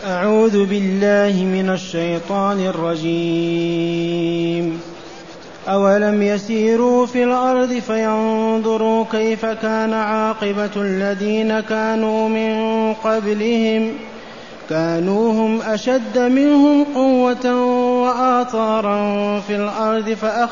أعوذ بالله من الشيطان الرجيم. أولم يسيروا في الأرض فينظروا كيف كان عاقبة الذين كانوا من قبلهم كانوا هم أشد منهم قوة وآثارا في الأرض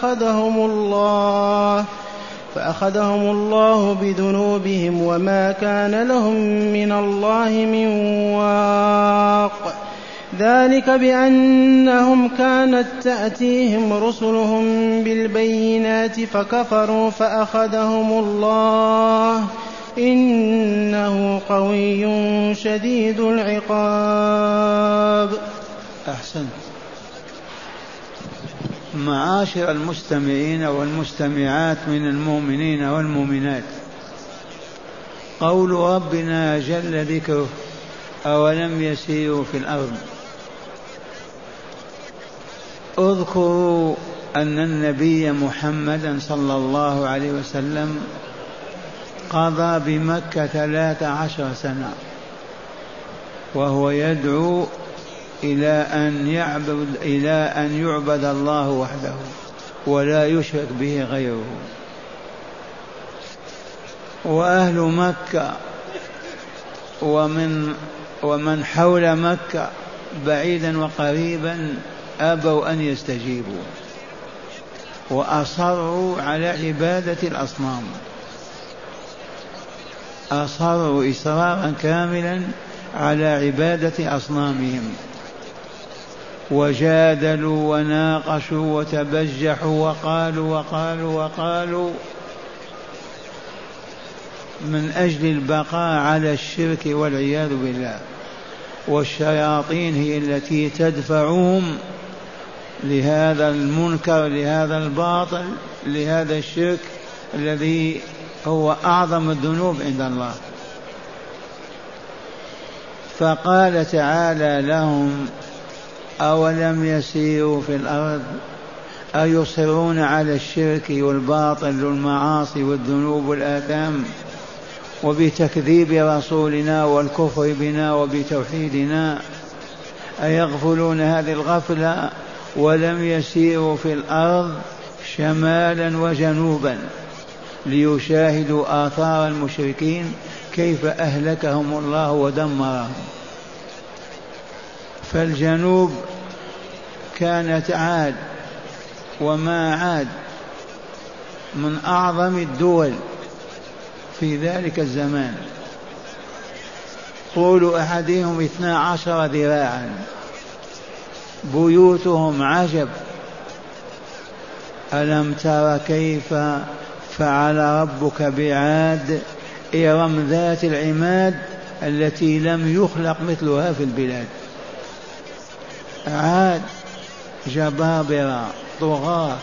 فأخذهم الله بذنوبهم وما كان لهم من الله من واق. ذلك بأنهم كانت تأتيهم رسلهم بالبينات فكفروا فأخذهم الله إنه قوي شديد العقاب. أحسنت. معاشر المستمعين والمستمعات من المؤمنين والمؤمنات، قول ربنا جل ذكره أولم يسيروا في الأرض. اذكروا أن النبي محمدا صلى الله عليه وسلم قضى بمكة 13 سنة وهو يدعو إلى أن يعبد الله وحده ولا يشرك به غيره. وأهل مكة ومن حول مكة بعيدا وقريبا أبوا أن يستجيبوا وأصروا على عبادة الأصنام، أصروا إصرارا كاملا على عبادة أصنامهم، وجادلوا وناقشوا وتبجحوا وقالوا من أجل البقاء على الشرك والعياذ بالله. والشياطين هي التي تدفعهم لهذا المنكر، لهذا الباطل، لهذا الشرك الذي هو أعظم الذنوب عند الله. فقال تعالى لهم أولم يسيروا في الأرض، أيصرون على الشرك والباطل والمعاصي والذنوب والآثام وبتكذيب رسولنا والكفر بنا وبتوحيدنا؟ أيغفلون هذه الغفلة ولم يسيروا في الأرض شمالا وجنوبا ليشاهدوا آثار المشركين كيف أهلكهم الله ودمرهم؟ فالجنوب كانت عاد، وما عاد من أعظم الدول في ذلك الزمان، طول أحدهم 12 ذراعا، بيوتهم عجب. ألم تر كيف فعل ربك بعاد إرم ذات العماد التي لم يخلق مثلها في البلاد. عاد جبابرة طغاة،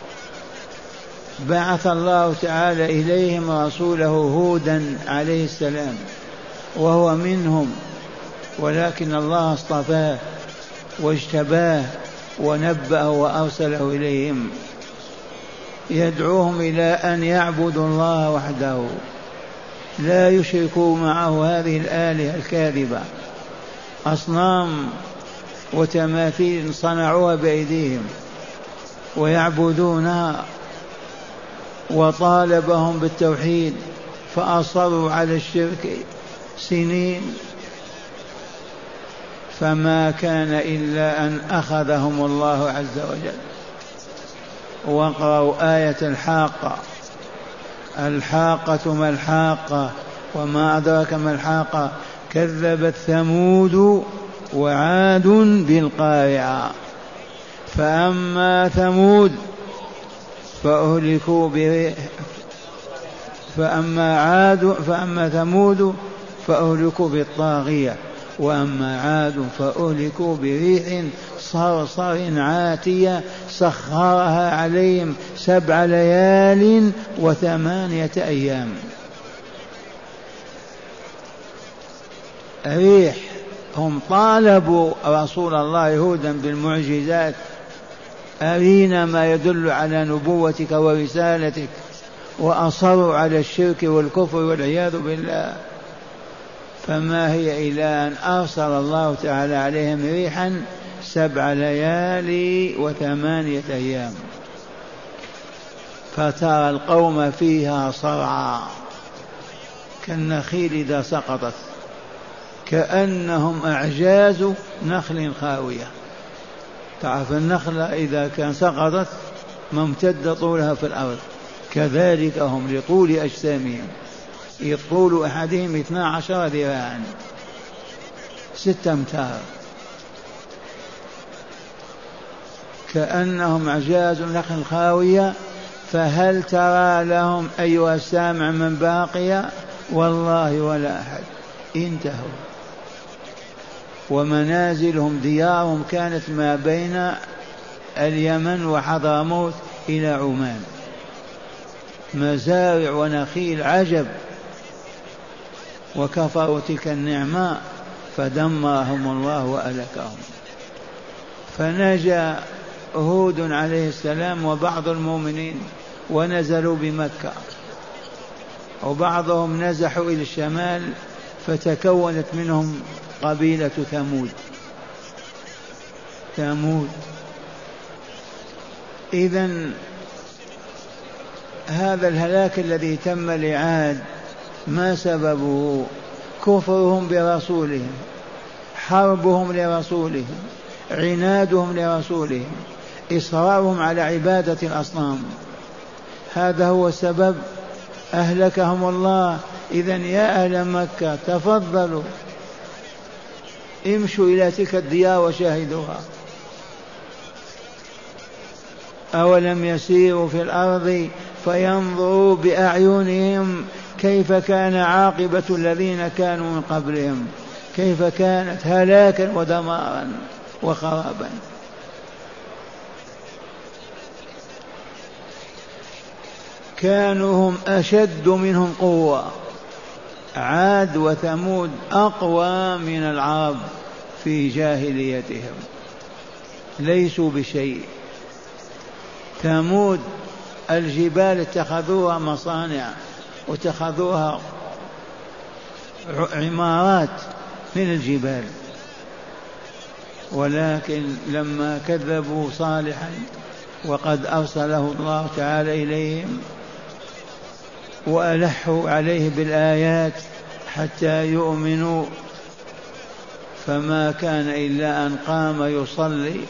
بعث الله تعالى إليهم رسوله هودا عليه السلام وهو منهم، ولكن الله اصطفاه واجتباه ونبأه وأرسله إليهم يدعوهم إلى أن يعبدوا الله وحده، لا يشركوا معه هذه الآلهة الكاذبة، أصنام وتماثيل صنعوها بأيديهم ويعبدونها. وطالبهم بالتوحيد فأصروا على الشرك سنين، فما كان إلا أن أخذهم الله عز وجل. واقرأوا آية الحاقة. الحاقة ما الحاقة وما أدراك ما الحاقة، كذبت ثمود وعاد بالقارعة. فأما ثمود فأهلكوا فأما ثمود فأهلكوا بالطاغية، وأما عاد فأهلكوا بريح صرصر عاتية سخرها عليهم 7 ليال و8 أيام. ريح. هم طالبوا رسول الله هودا بالمعجزات، أرينا ما يدل على نبوتك ورسالتك، وأصروا على الشرك والكفر والعياذ بالله. فما هي إلى أن أرسل الله تعالى عليهم ريحا 7 ليالي و8 أيام، فترى القوم فيها صرعى كالنخيل إذا سقطت، كأنهم أعجاز نخل خاوية. تعرف النخلة إذا كان سقطت ممتدة طولها في الأرض، كذلك هم لطول أجسامهم، يطول أحدهم 12 ذراعا 6 أمتار، كأنهم أعجاز نخل خاوية. فهل ترى لهم أيها السامع من باقية؟ والله ولا أحد، انتهوا. ومنازلهم ديارهم كانت ما بين اليمن وحضرموت إلى عمان، مزارع ونخيل عجب، وكفروا تلك النعمة فدمرهم الله وأهلكهم. فنجا هود عليه السلام وبعض المؤمنين ونزلوا بمكة، وبعضهم نزحوا إلى الشمال فتكونت منهم قبيلة ثمود. إذن هذا الهلاك الذي تم لعاد ما سببه؟ كفرهم برسولهم، حربهم لرسولهم، عنادهم لرسولهم، إصرارهم على عبادة الأصنام، هذا هو السبب، أهلكهم الله. إذن يا أهل مكة تفضلوا امشوا إلى تلك الديار وشاهدوها. أولم يسيروا في الأرض فينظروا بأعينهم كيف كان عاقبة الذين كانوا من قبلهم، كيف كانت هلاكا ودمارا وخرابا. كانوا هم أشد منهم قوة، عاد وثمود أقوى من العرب في جاهليتهم، ليسوا بشيء. ثمود الجبال اتخذوها مصانع واتخذوها عمارات من الجبال، ولكن لما كذبوا صالحا وقد أرسله الله تعالى إليهم وألحوا عليه بالآيات حتى يؤمنوا، فما كان إلا أن قام يصلي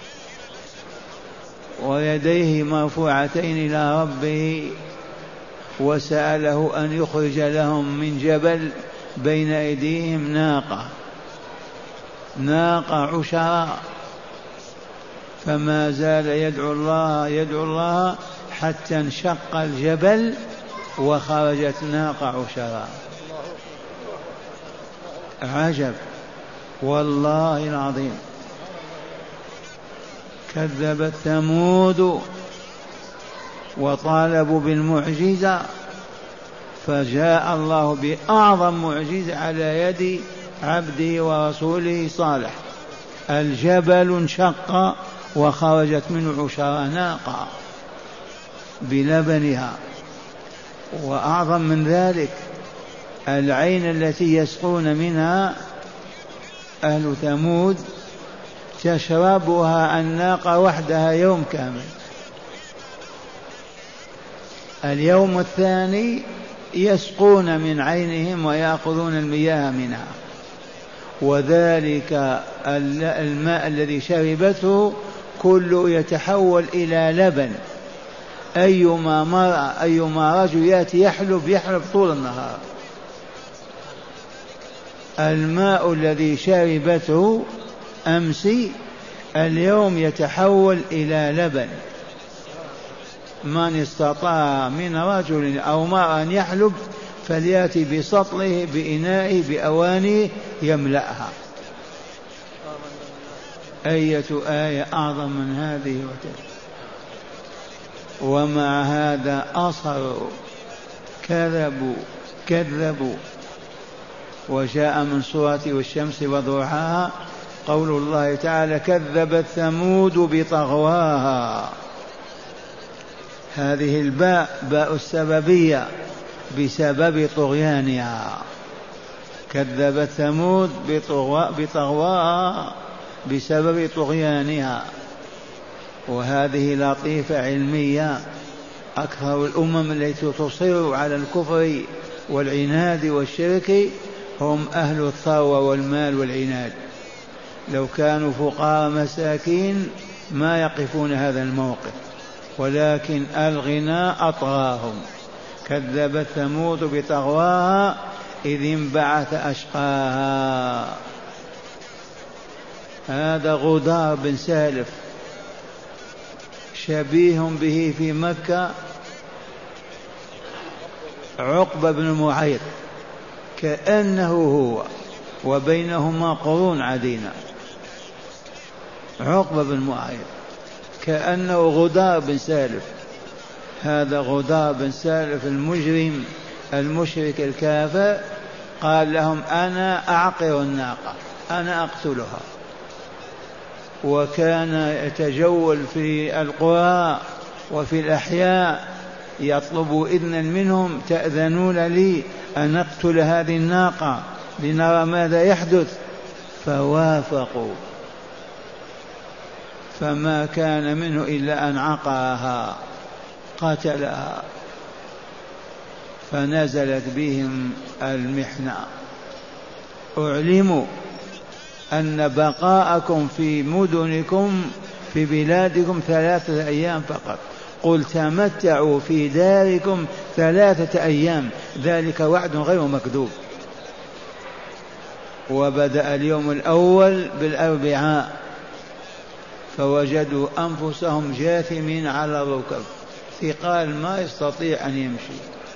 ويديه مرفوعتين إلى ربه وسأله أن يخرج لهم من جبل بين أيديهم ناقة عشراء، فما زال يدعو الله حتى انشق الجبل وخرجت ناقة عشراء. عجب والله العظيم. كذبت ثمود وطالبوا بالمعجزة، فجاء الله بأعظم معجزة على يد عبده ورسوله صالح، الجبل انشق وخرجت منه عشراء ناقة بلبنها. وأعظم من ذلك العين التي يسقون منها أهل ثمود تشربها الناقة وحدها يوم كامل، اليوم الثاني يسقون من عينهم ويأخذون المياه منها، وذلك الماء الذي شربته كله يتحول إلى لبن. أيما مرأة أيما رجل يأتي يحلب طول النهار. الماء الذي شربته أمس اليوم يتحول إلى لبن. من استطاع من رجل أو امرأة أن يحلب فليأتي بسطله بإنائه بأوانيه يملأها. أية آية أعظم من هذه وتلك؟ ومع هذا أصروا كذبوا. وجاء من سورة والشمس وضحاها قول الله تعالى كذبت ثمود بطغواها. هذه الباء باء السببية بسبب طغيانها. كذبت ثمود بطغواها بسبب طغيانها. وهذه لطيفة علمية، أكثر الأمم التي تصر على الكفر والعناد والشرك هم أهل الثروة والمال والعناد. لو كانوا فقراء مساكين ما يقفون هذا الموقف، ولكن الغنى أطغاهم. كذبت ثمود بطغواها إذ انبعث أشقاها. هذا غدار بن سالف شبيه به في مكة عقبة بن معيط، كأنه هو، وبينهما قرون عديدة. عقبة بن معيط كأنه غدار بن سالف. هذا غدار بن سالف المجرم المشرك الكافر قال لهم أنا أعقر الناقة، أنا أقتلها. وكان يتجول في القرى وفي الأحياء يطلب إذنا منهم، تأذنون لي أن أقتل هذه الناقة لنرى ماذا يحدث؟ فوافقوا، فما كان منه إلا أن عقرها قتلها. فنزلت بهم المحنة، أعلموا أن بقاءكم في مدنكم في بلادكم 3 أيام فقط، قل تمتعوا في داركم 3 أيام، ذلك وعد غير مكذوب. وبدأ اليوم الأول بالأربعاء فوجدوا أنفسهم جاثمين على الركب، ثقال ما يستطيع أن يمشي،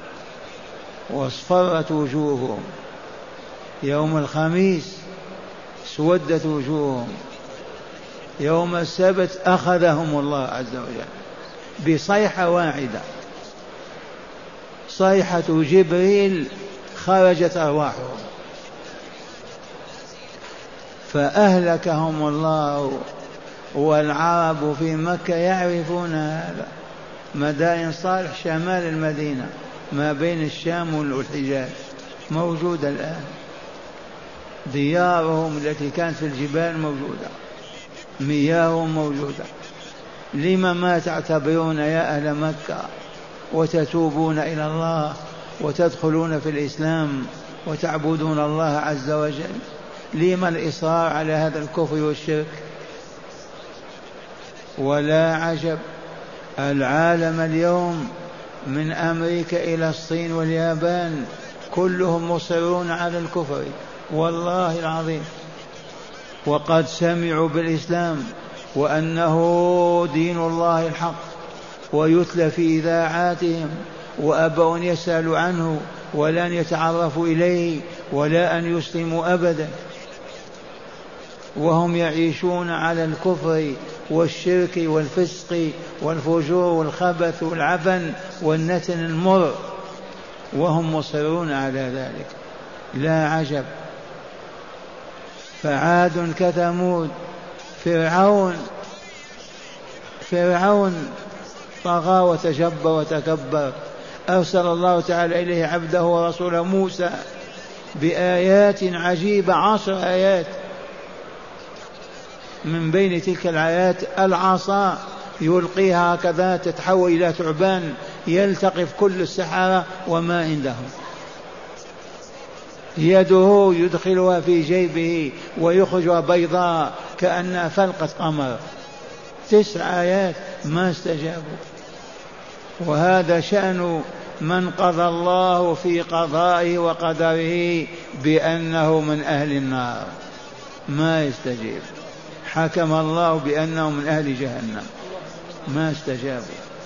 واصفرت وجوههم. يوم الخميس سودت وجوههم. يوم السبت أخذهم الله عز وجل بصيحة واحدة، صيحة جبريل، خرجت أرواحهم فأهلكهم الله. والعرب في مكة يعرفون هذا. مدائن صالح شمال المدينة ما بين الشام والحجاز موجودة الآن، ديارهم التي كانت في الجبال موجودة، مياههم موجودة. لما ما تعتبرون يا أهل مكة وتتوبون إلى الله وتدخلون في الإسلام وتعبدون الله عز وجل؟ لما الإصرار على هذا الكفر والشرك؟ ولا عجب، العالم اليوم من أمريكا إلى الصين واليابان كلهم مصرون على الكفر والله العظيم، وقد سمعوا بالإسلام وأنه دين الله الحق، ويتلى في إذاعاتهم، وأبوا أن يسألوا عنه ولا أن يتعرفوا إليه ولا أن يسلموا أبدا، وهم يعيشون على الكفر والشرك والفسق والفجور والخبث والعفن والنتن المر، وهم مصرون على ذلك. لا عجب. فعاد كثمود. فرعون طغى وتجبر وتكبر، أرسل الله تعالى إليه عبده ورسوله موسى بآيات عجيبة، 10 آيات. من بين تلك الآيات العصا يلقيها هكذا تتحول إلى ثعبان يلتقف كل السحرة وما عندهم. يده يدخلها في جيبه ويخرجها بيضاء كأنها فلقة قمر. 9 آيات ما استجابوا. وهذا شأن من قضى الله في قضائه وقدره بأنه من أهل النار، ما يستجيب. حكم الله بأنه من أهل جهنم، ما استجابوا.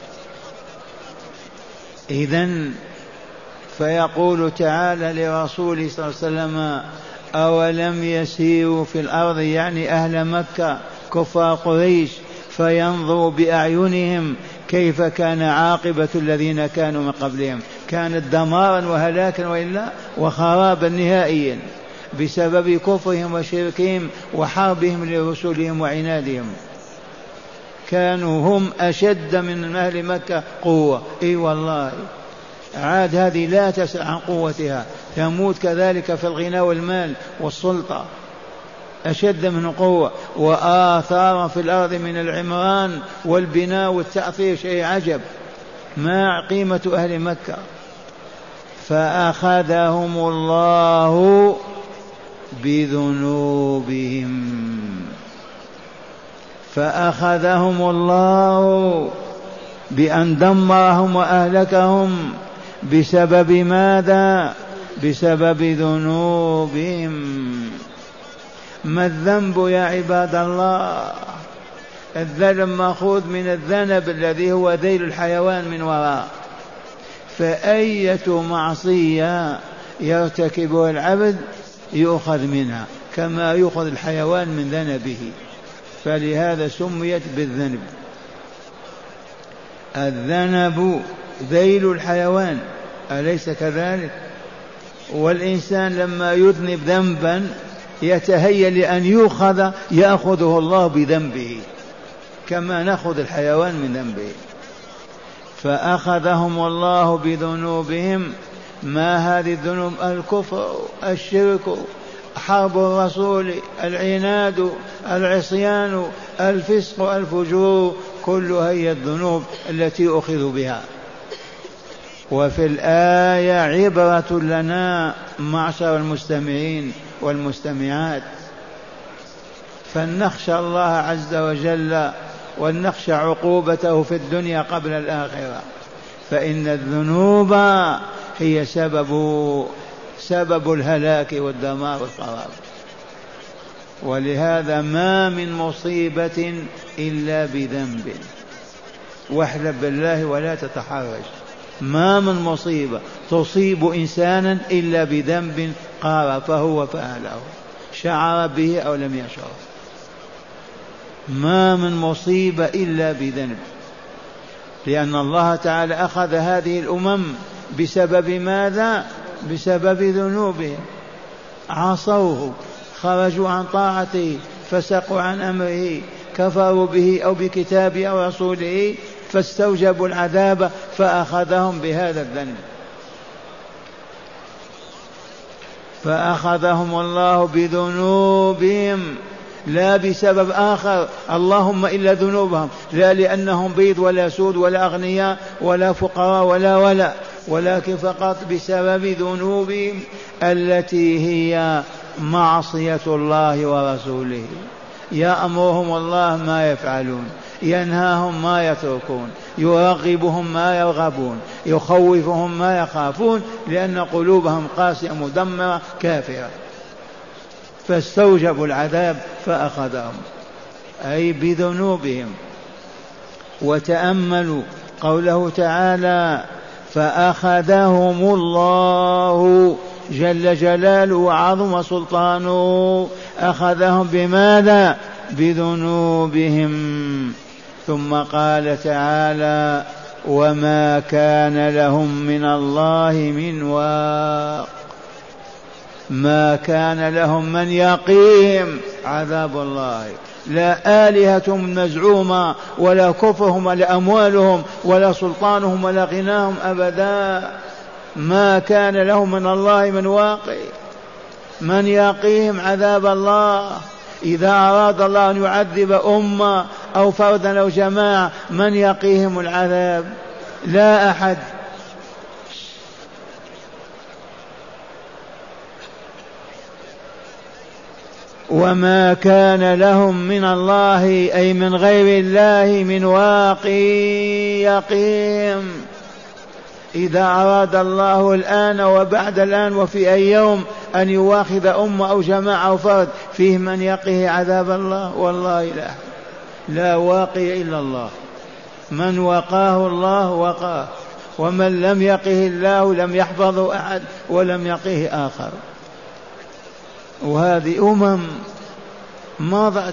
إذن فيقول تعالى لرسوله صلى الله عليه وسلم: أولم يسيروا في الأرض، يعني أهل مكة كفار قريش، فينظروا بأعينهم كيف كان عاقبة الذين كانوا من قبلهم؟ كانت دمارا وهلاكا وإلا وخرابا نهائيا بسبب كفرهم وشركهم وحربهم لرسلهم وعنادهم. كانوا هم أشد من أهل مكة قوة، إي والله. عاد هذه لا تسأل عن قوتها، تموت كذلك في الغنى والمال والسلطة أشد من قوة، وآثار في الأرض من العمران والبناء والتأثير شيء عجب، ما قيمة أهل مكة. فأخذهم الله بذنوبهم، فأخذهم الله بأن دمرهم وأهلكهم بسبب ماذا؟ بسبب ذنوبهم. ما الذنب يا عباد الله؟ الذنب مأخوذ من الذنب الذي هو ذيل الحيوان من وراء، فأية معصية يرتكبها العبد يؤخذ منها كما يؤخذ الحيوان من ذنبه، فلهذا سميت بالذنب. الذنب ذيل الحيوان، أليس كذلك؟ والإنسان لما يذنب ذنبا يتهيأ لأن يأخذه الله بذنبه كما نأخذ الحيوان من ذنبه. فأخذهم الله بذنوبهم. ما هذه الذنوب؟ الكفر، الشرك، حرب الرسول، العناد، العصيان، الفسق، الفجور، كلها هي الذنوب التي أخذوا بها. وفي الآية عبرة لنا معشر المستمعين والمستمعات، فلنخشى الله عز وجل ولنخشى عقوبته في الدنيا قبل الآخرة، فإن الذنوب هي سبب الهلاك والدمار والخراب. ولهذا ما من مصيبة إلا بذنب، واحلف بالله ولا تتحرج، ما من مصيبة تصيب إنسانا إلا بذنب قارفه وفعله، شعر به أو لم يشعر. ما من مصيبة إلا بذنب، لأن الله تعالى أخذ هذه الأمم بسبب ماذا؟ بسبب ذنوبهم، عصوه، خرجوا عن طاعته، فسقوا عن أمره، كفروا به أو بكتابه أو رسوله، فاستوجبوا العذاب فأخذهم بهذا الذنب. فأخذهم الله بذنوبهم لا بسبب آخر، اللهم إلا ذنوبهم، لا لأنهم بيض ولا سود ولا أغنياء ولا فقراء ولكن فقط بسبب ذنوبهم التي هي معصية الله ورسوله. يأمرهم الله ما يفعلون، ينهاهم ما يتركون، يرغبهم ما يرغبون، يخوفهم ما يخافون، لأن قلوبهم قاسية مدمرة كافرة، فاستوجبوا العذاب فأخذهم أي بذنوبهم. وتأملوا قوله تعالى: فأخذهم الله جل جلاله وعظم سلطانه، أخذهم بماذا؟ بذنوبهم. ثم قال تعالى: وما كان لهم من الله من واق. ما كان لهم من يقيهم عذاب الله، لا آلهتهم المزعومة ولا كفرهم ولا أموالهم ولا سلطانهم ولا غناهم أبدا، ما كان لهم من الله من واقي، من يقيهم عذاب الله. إذا أراد الله أن يعذب أمة أو فردا أو جماعة، من يقيهم العذاب؟ لا أحد. وما كان لهم من الله أي من غير الله من واقي يقيهم. إذا أراد الله الآن وبعد الآن وفي أي يوم أن يواخذ أمة أو جماعة أو فرد، فيه من يقيه عذاب الله؟ والله لا واقي إلا الله. من وقاه الله وقاه، ومن لم يقه الله لم يحفظه أحد ولم يقيه آخر. وهذه مضت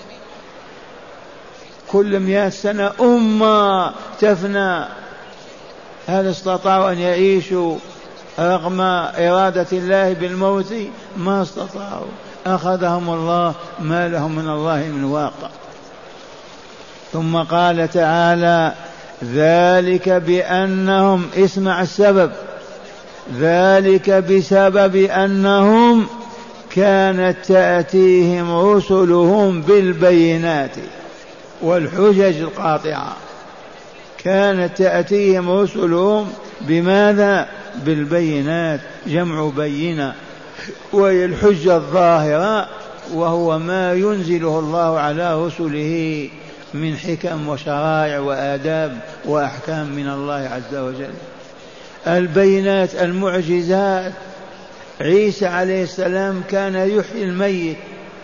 كل 100 سنة أمة تفنى. هل استطاعوا أن يعيشوا رغم إرادة الله بالموت؟ ما استطاعوا، أخذهم الله، ما لهم من الله من واقع. ثم قال تعالى: ذلك بأنهم، اسمع السبب، ذلك بسبب أنهم كانت تأتيهم رسلهم بالبينات والحجج القاطعة. كانت تأتيهم رسلهم بماذا؟ بالبينات، جمع بينة، وهي الحجة الظاهرة، وهو ما ينزله الله على رسله من حكم وشرائع وآداب وأحكام من الله عز وجل. البينات المعجزات. عيسى عليه السلام كان يحيي الميت،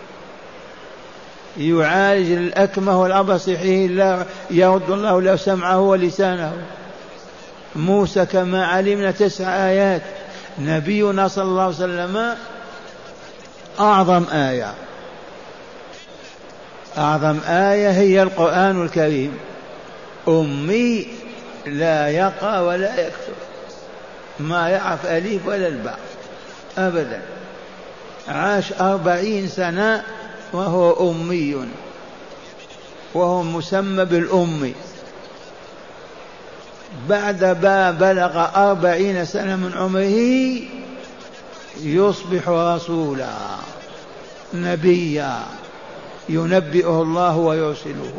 يعالج الأكمه والأبرص، يحييه الله، يرد الله له سمعه ولسانه. موسى كما علمنا 9 آيات. نبينا صلى الله عليه وسلم أعظم آية هي القرآن الكريم. أمي لا يقرأ ولا يكتب، ما يعرف أليف ولا الباء أبدا. عاش 40 سنة وهو أمي، وهو مسمى بالأمي. بعد ما بلغ 40 سنة من عمره يصبح رسولا نبيا، ينبئه الله ويرسله،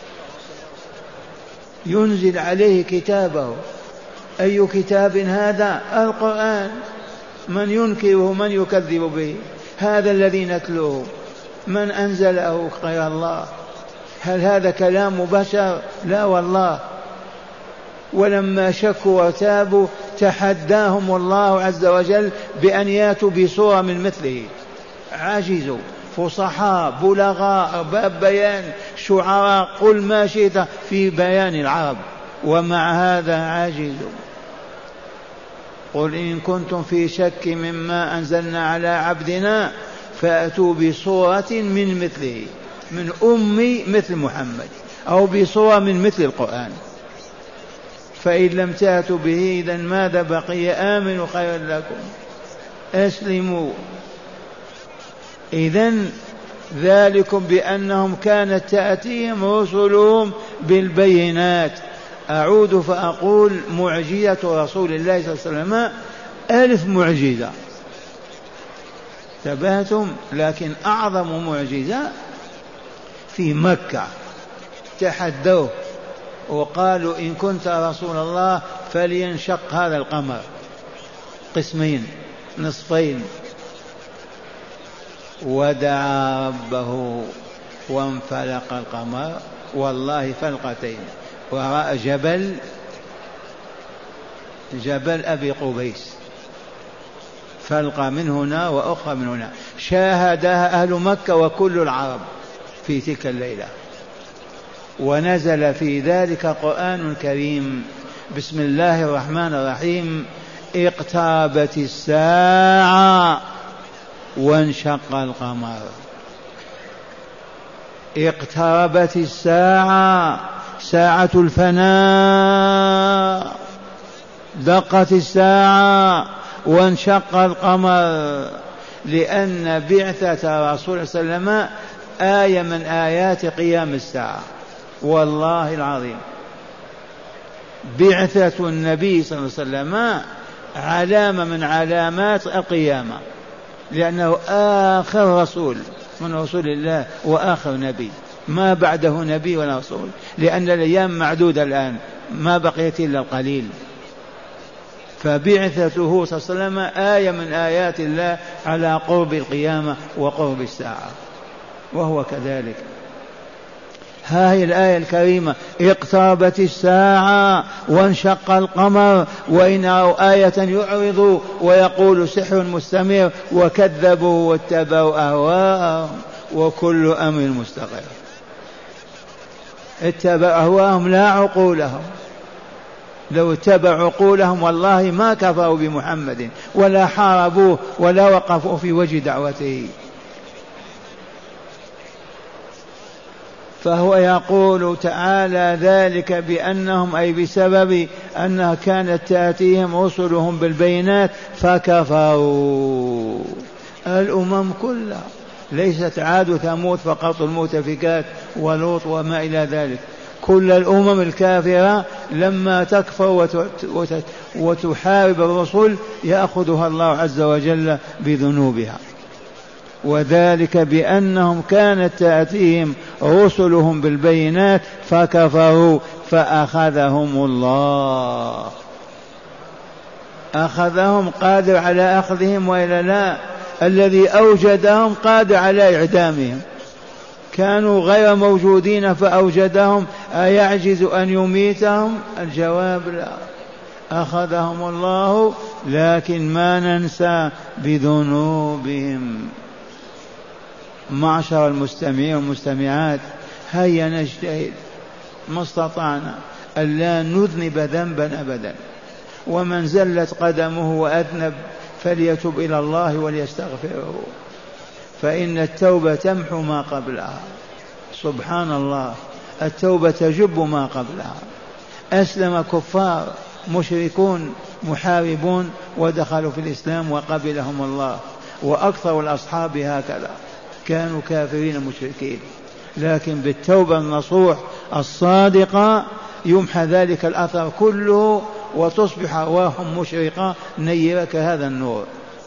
ينزل عليه كتابه. أي كتاب هذا؟ القرآن. من ينكره؟ من يكذب به؟ هذا الذي نتلوه. من أنزله غير الله؟ هل هذا كلام بشر؟ لا والله. ولما شكوا وتابوا تحداهم الله عز وجل بأن ياتوا بصورة من مثله. عجزوا، فصحاء، بلغاء، أرباب بيان، شعراء، قل ما شئت في بيان العرب، ومع هذا عاجزوا. قل إن كنتم في شك مما أنزلنا على عبدنا فأتوا بصورة من مثله، من أمي مثل محمد، أو بصورة من مثل القرآن. فإن لم تأتوا به إذن ماذا بقي؟ آمنوا خيرا لكم، أسلموا. إذن ذلكم بأنهم كانت تأتيهم رسلهم بالبينات. أعود فأقول معجزة رسول الله صلى الله عليه وسلم 1000 معجزة، تبهتم. لكن أعظم معجزة في مكة، تحدوه وقالوا إن كنت رسول الله فلينشق هذا القمر قسمين نصفين. ودعا ربه وانفلق القمر، والله فلقتين، ورأى جبل أبي قبيس، فلقى من هنا وأخرى من هنا، شاهدها أهل مكة وكل العرب في تلك الليلة. ونزل في ذلك قرآن كريم. بسم الله الرحمن الرحيم. اقتربت الساعة وانشق القمر. اقتربت الساعة، ساعة الفناء، دقت الساعة وانشق القمر، لأن بعثة رسول الله صلى الله عليه وسلم آية من آيات قيام الساعة. والله العظيم بعثة النبي صلى الله عليه وسلم علامة من علامات القيامة، لأنه آخر رسول من رسول الله وآخر نبي، ما بعده نبي ولا رسول، لأن الأيام معدودة الآن، ما بقيت إلا القليل. فبعثته صلى الله عليه وسلم آية من آيات الله على قرب القيامة وقرب الساعة، وهو كذلك. ها هي الآية الكريمة: اقتربت الساعة وانشق القمر وإن رأوا آية يعرضوا ويقول سحر مستمر وكذبوا واتبعوا أهواءهم وكل أمر مستقر. اتبعوا أهواءهم لا عقولهم، لو اتبعوا عقولهم والله ما كفروا بمحمد ولا حاربوه ولا وقفوا في وجه دعوته. فهو يقول تعالى: ذلك بأنهم، أي بسبب أنها كانت تأتيهم رسلهم بالبينات فكفروا. الأمم كلها، ليست عاد وثمود فقط المؤتفكات ولوط وما إلى ذلك، كل الأمم الكافرة لما تكفر وتحارب الرسل يأخذها الله عز وجل بذنوبها. وذلك بأنهم كانت تأتيهم رسلهم بالبينات فكفروا فأخذهم الله. أخذهم، قادر على أخذهم وإلا لا؟ الذي أوجدهم قادر على إعدامهم، كانوا غير موجودين فأوجدهم، أيعجز أن يميتهم؟ الجواب لا. أخذهم الله، لكن ما ننسى بذنوبهم. معشر المستمعين والمستمعات، هيا نجتهد ما استطعنا ألا نذنب ذنبا أبدا، ومن زلت قدمه وأذنب فليتب إلى الله وليستغفره، فإن التوبة تمحو ما قبلها. سبحان الله، التوبة تجب ما قبلها. أسلم كفار مشركون محاربون ودخلوا في الإسلام وقبلهم الله، وأكثر الأصحاب هكذا كانوا كافرين مشركين، لكن بالتوبة النصوح الصادقة يمحى ذلك الأثر كله وتصبح أرواحهم مشرقة نيرة كهذا النور.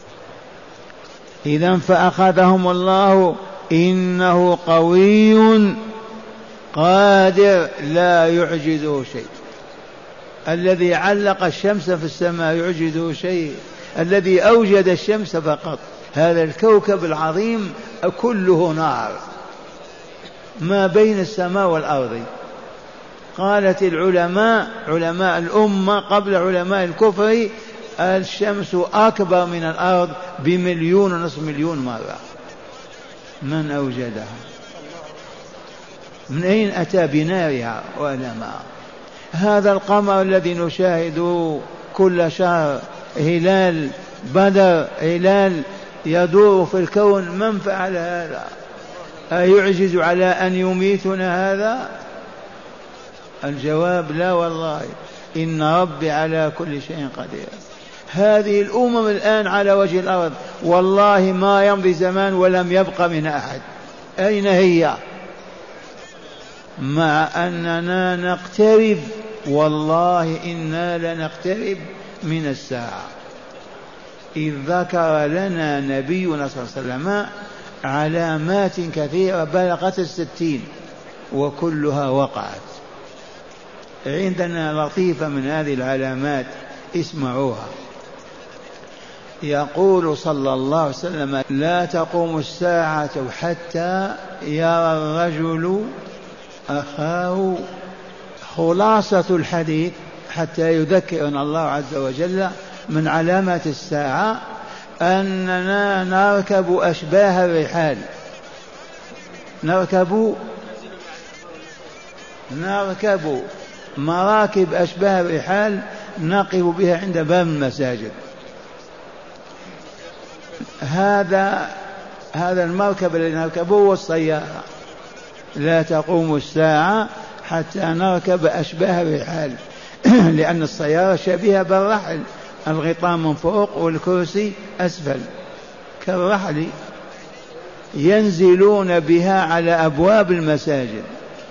إذن فأخذهم الله، إنه قوي قادر لا يعجزه شيء. الذي علق الشمس في السماء يعجزه شيء؟ الذي أوجد الشمس فقط. هذا الكوكب العظيم كله نار ما بين السماء والأرض. قالت العلماء، علماء الأمة قبل علماء الكفر، الشمس أكبر من الأرض بمليون ونصف مليون مرة. من أوجدها؟ من أين أتى بنارها وألمها؟ هذا القمر الذي نشاهده كل شهر، هلال بدر، هلال يدور في الكون، من فعل هذا؟ أيعجز على أن يميتنا هذا؟ الجواب لا والله، إن ربي على كل شيء قدير. هذه الأمم الآن على وجه الأرض والله ما يمضي زمان ولم يبق من أحد. أين هي؟ مع أننا نقترب، والله إنا لنقترب من الساعة. إذ ذكر لنا نبينا صلى الله عليه وسلم علامات كثيرة بلغت 60 وكلها وقعت. عندنا لطيفة من هذه العلامات، اسمعوها. يقول صلى الله عليه وسلم: لا تقوم الساعة حتى يرى الرجل أخاه. خلاصة الحديث حتى يذكرنا الله عز وجل من علامات الساعة أننا نركب أشباه الرحال، نركب مراكب أشباه الرحال نقف بها عند باب المساجد. هذا المركب الذي نركبه هو السيارة. لا تقوم الساعة حتى نركب أشباه الرحال لأن السيارة شبيهة بالرحل، الغطاء من فوق والكرسي أسفل كالرحل، ينزلون بها على أبواب المساجد.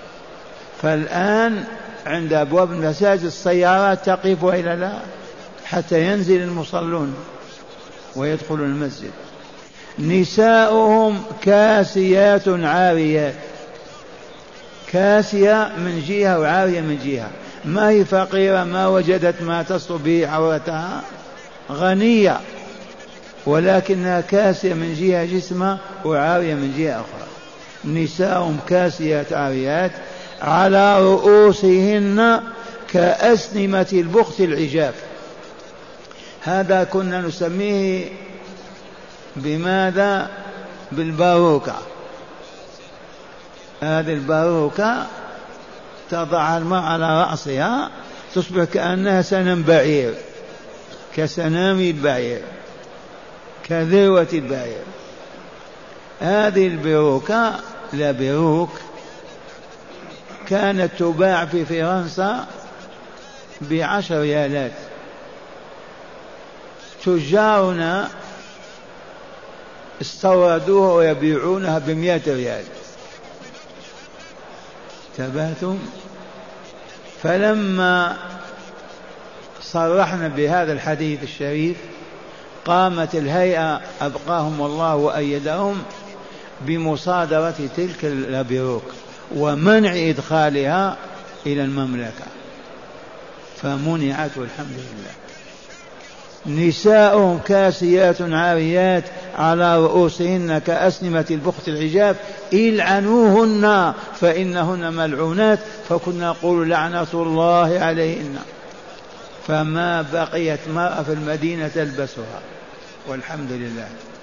فالآن عند أبواب المساجد السيارات تقف إلى لا حتى ينزل المصلون ويدخلوا المسجد. نساؤهم كاسيات عاريات، كاسية من جهة وعارية من جهة، ما هي فقيرة ما وجدت ما تصل به عورتها، غنية، ولكنها كاسية من جهة جسمها وعارية من جهة أخرى. نساؤهم كاسيات عاريات على رؤوسهن كأسنمة البخت العجاف. هذا كنا نسميه بماذا؟ بالباروكة. هذه الباروكة تضع الماء على رأسها تصبح كأنها سنم بعير، كسنام البعير، كذروة البعير. هذه الباروكة لا بيروك كانت تباع في فرنسا ب10 ريالات. تجارنا استوردوها ويبيعونها ب100 ريال. تبعتم فلما صرحنا بهذا الحديث الشريف قامت الهيئة أبقاهم الله وأيدهم بمصادرة تلك الأبيروك ومنع إدخالها إلى المملكة، فمنعت والحمد لله. نساؤهم كاسيات عاريات على رؤوسهن كأسنمة البخت العجاف إلعنوهن فإنهن ملعونات، فكنا نقول لعنة الله عليهن، فما بقيت مرأة في المدينة تلبسها والحمد لله.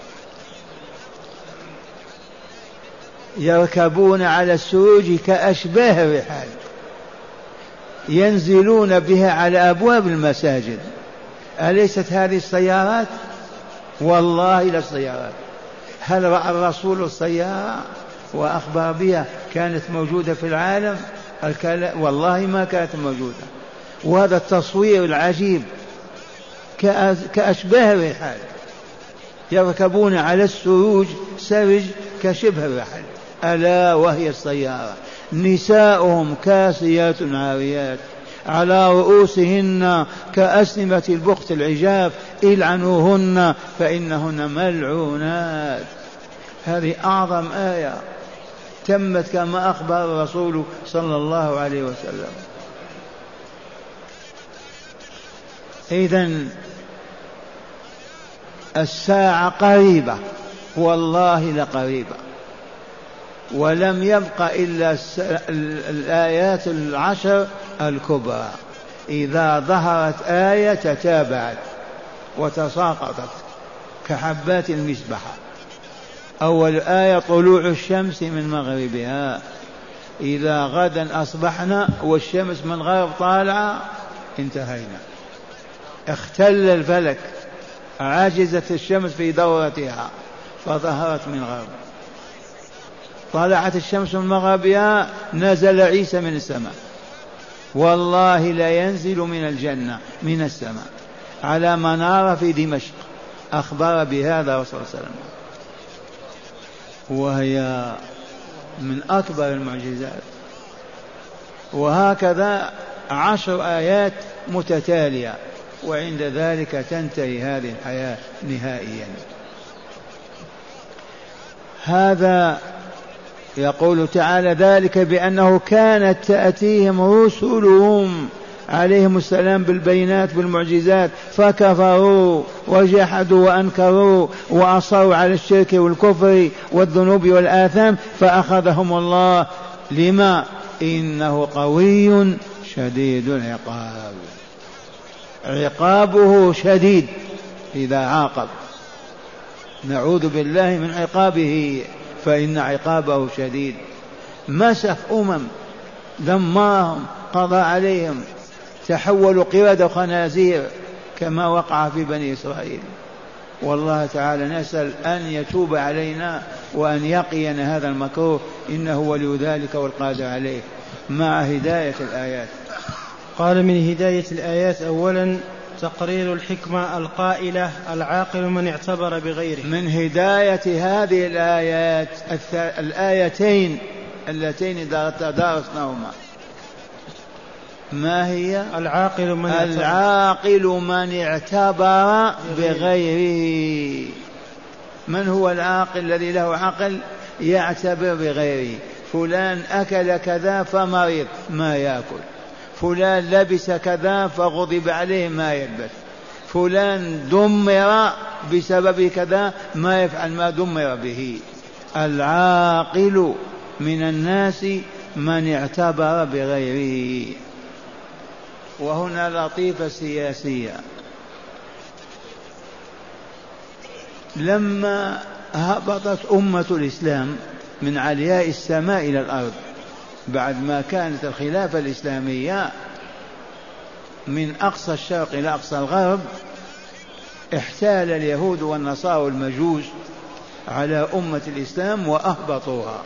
يركبون على السروج كأشباه الرحال ينزلون بها على أبواب المساجد. أليست هذه السيارات؟ والله لا السيارات. هل رأى الرسول السيارة وأخبر بها؟ كانت موجودة في العالم؟ والله ما كانت موجودة. وهذا التصوير العجيب كأشباه الرحال يركبون على السروج سرج كشبه الرحل، ألا وهي السيارة. نساؤهم كاسيات عاريات على رؤوسهن كأسنمة البخت العجاف إلعنوهن فإنهن ملعونات. هذه أعظم آية تمت كما أخبر الرسول صلى الله عليه وسلم. إذن الساعة قريبة والله لقريبة، ولم يبق إلا الآيات العشر الكبرى. إذا ظهرت آية تتابعت وتساقطت كحبات المسبحة. أول آية طلوع الشمس من مغربها، إذا غدا أصبحنا والشمس من غرب طالعة انتهينا، اختل الفلك، عجزت الشمس في دورتها فظهرت من غرب. طلعت الشمس من مغربها نزل عيسى من السماء، والله لا ينزل من الجنة من السماء على منارة في دمشق، أخبر بهذا رسول الله صلى الله عليه وسلم، وهي من أكبر المعجزات. وهكذا 10 آيات متتالية، وعند ذلك تنتهي هذه الحياة نهائيا. هذا يقول تعالى ذلك بأنه كانت تأتيهم رسلهم عليهم السلام بالبينات بالمعجزات فكفروا وجحدوا وأنكروا وأصروا على الشرك والكفر والذنوب والآثام فأخذهم الله. لما؟ إنه قوي شديد العقاب، عقابه شديد إذا عاقب. نعوذ بالله من عقابه فإن عقابه شديد. مسخ دمرهم قضى عليهم، تحولوا قردة وخنازير كما وقع في بني إسرائيل. والله تعالى نسأل أن يتوب علينا وأن يقينا هذا المكروه، إنه ولي ذلك والقادر عليه. مع هداية الآيات. قال من هداية الآيات أولا تقرير الحكمة القائلة العاقل من اعتبر بغيره. من هداية هذه الآيات الآيتين اللتين درسناهما ما هي؟ العاقل من اعتبر بغيره. من هو العاقل الذي له عقل يعتبر بغيره؟ فلان أكل كذا فمريض ما يأكل، فلان لبس كذا فغضب عليه ما يلبس، فلان دمر بسبب كذا ما يفعل ما دمر به. العاقل من الناس من اعتبر بغيره. وهنا لطيفة سياسية. لما هبطت أمة الإسلام من علياء السماء إلى الأرض بعد ما كانت الخلافة الإسلامية من أقصى الشرق إلى أقصى الغرب، احتال اليهود والنصارى والمجوس على أمة الإسلام وأهبطوها،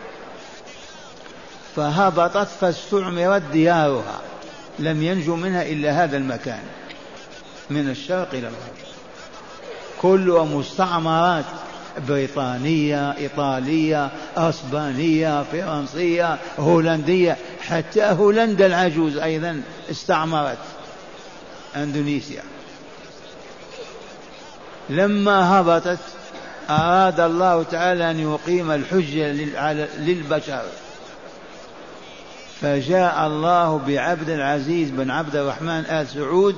فهبطت فاستعمرت ديارها، لم ينجو منها إلا هذا المكان من الشرق إلى الغرب، كلها مستعمرات بريطانية، إيطالية، أسبانية، فرنسية، هولندية، حتى هولندا العجوز أيضا استعمرت أندونيسيا. لما هبطت أراد الله تعالى أن يقيم الحجة للبشر، فجاء الله بعبد العزيز بن عبد الرحمن آل سعود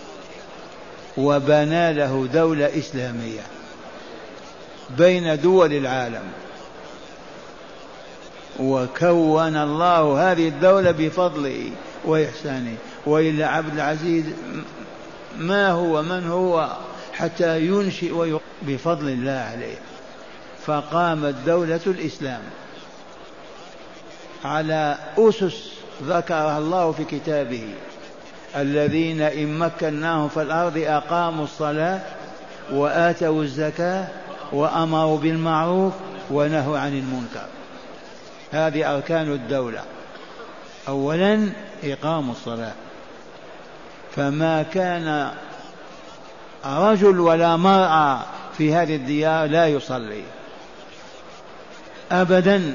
وبنى له دولة إسلامية بين دول العالم، وكون الله هذه الدولة بفضله وإحسانه، وإلا عبد العزيز ما هو من هو حتى ينشئ بفضل الله عليه. فقامت دولة الإسلام على أسس ذكرها الله في كتابه: الذين إن مكناهم في الأرض أقاموا الصلاة وآتوا الزكاة وأمروا بالمعروف ونهوا عن المنكر. هذه أركان الدولة. أولا إقام الصلاة، فما كان رجل ولا مرأة في هذه الديار لا يصلي أبدا،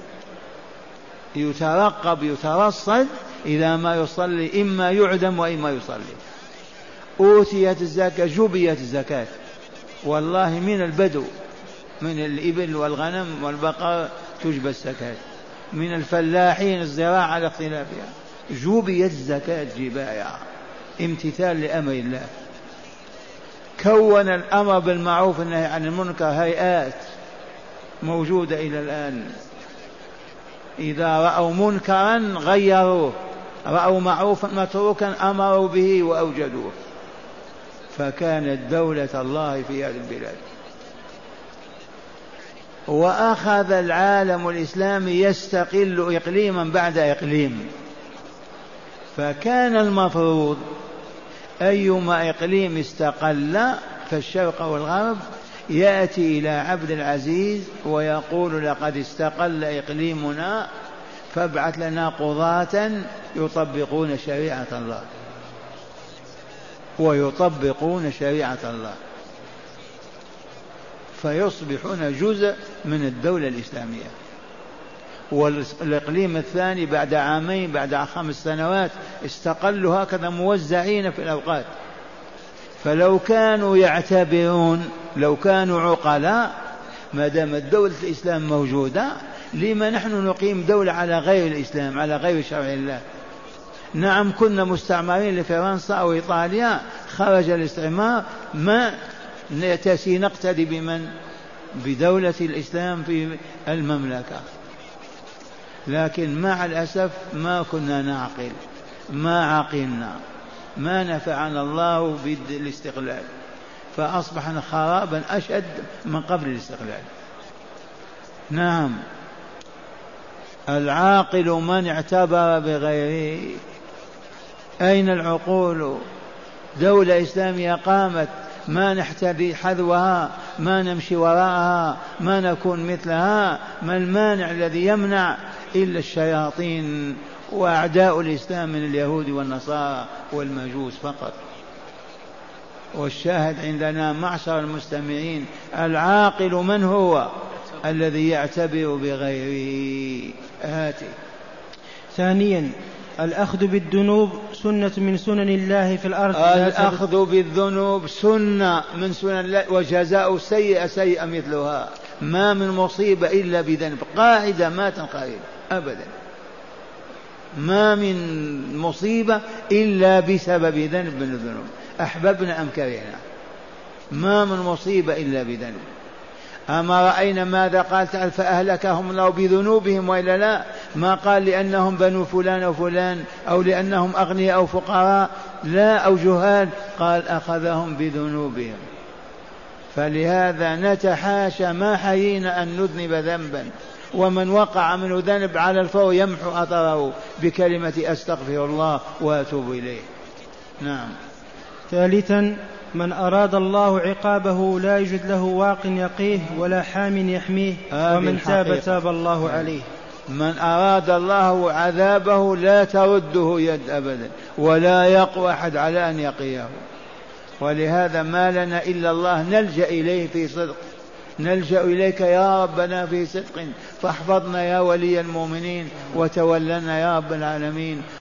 يترقب يترصد، إذا ما يصلي إما يعدم وإما يصلي. أوتيت الزكاة، جبيت الزكاة، والله من البدو، من الإبل والغنم والبقر تجبى الزكاة، من الفلاحين الزراعة على اختلافها، جبيت الزكاة جباية، امتثال لأمر الله. كون الأمر بالمعروف والنهي عن المنكر هيئات موجودة إلى الآن، إذا رأوا منكرا غيروه، رأوا معروفا متروكا أمروا به وأوجدوه. فكانت دولة الله في هذه البلاد. وأخذ العالم الإسلامي يستقل إقليما بعد إقليم، فكان المفروض أيما إقليم استقل في الشرق والغرب يأتي إلى عبد العزيز ويقول: لقد استقل إقليمنا فابعث لنا قضاة يطبقون شريعة الله، ويطبقون شريعة الله، فيصبحون جزء من الدولة الإسلامية. والإقليم الثاني بعد عامين بعد 5 سنوات استقلوا هكذا موزعين في الأوقات. فلو كانوا يعتبرون، لو كانوا عقلاء، ما دامت دولة الإسلام موجودة، لما نحن نقيم دولة على غير الإسلام، على غير شرع الله؟ نعم كنا مستعمرين لفرنسا أو إيطاليا، خرج الاستعمار، ما نقتدي بمن؟ بدولة الإسلام في المملكة. لكن مع الأسف ما كنا نعقل، ما عقلنا، ما نفعنا الله بالاستقلال، فأصبحنا خرابا أشد من قبل الاستقلال. نعم، العاقل من اعتبر بغيره. أين العقول؟ دولة إسلامية قامت، ما نحتذي حذوها، ما نمشي وراءها، ما نكون مثلها. ما المانع الذي يمنع؟ إلا الشياطين وأعداء الإسلام من اليهود والنصارى والمجوس فقط. والشاهد عندنا معشر المستمعين: العاقل من هو؟ الذي يعتبر بغيره. هاتي. ثانيا الأخذ بالذنوب سنة من سنن الله في الأرض. الأخذ بالذنوب سنة من سنن الله، وجزاء سيئة سيئة مثلها. ما من مصيبة إلا بذنب، قاعدة ما تنقرض أبدا. ما من مصيبة إلا بسبب ذنب من الذنوب، أحببنا أم كرهنا. ما من مصيبة إلا بذنب. أما رأينا ماذا قال تعالى: فأهلكهم الله بذنوبهم، وإلا لا؟ ما قال لأنهم بنو فلان أو فلان، أو لأنهم أغنياء أو فقراء، لا، أو جهال، قال أخذهم بذنوبهم. فلهذا نتحاشى، ما حيينا أن نذنب ذنبا، ومن وقع منه ذنب على الفور يمحو أثره بكلمة أستغفر الله وأتوب إليه. نعم. ثالثا من أراد الله عقابه لا يجد له واق يقيه ولا حام يحميه، ومن تاب تاب الله عليه. من أراد الله عذابه لا ترده يد أبدا، ولا يقوى أحد على أن يقيه. ولهذا ما لنا إلا الله نلجأ إليه في صدق. نلجأ إليك يا ربنا في صدق، فاحفظنا يا ولي المؤمنين وتولنا يا رب العالمين.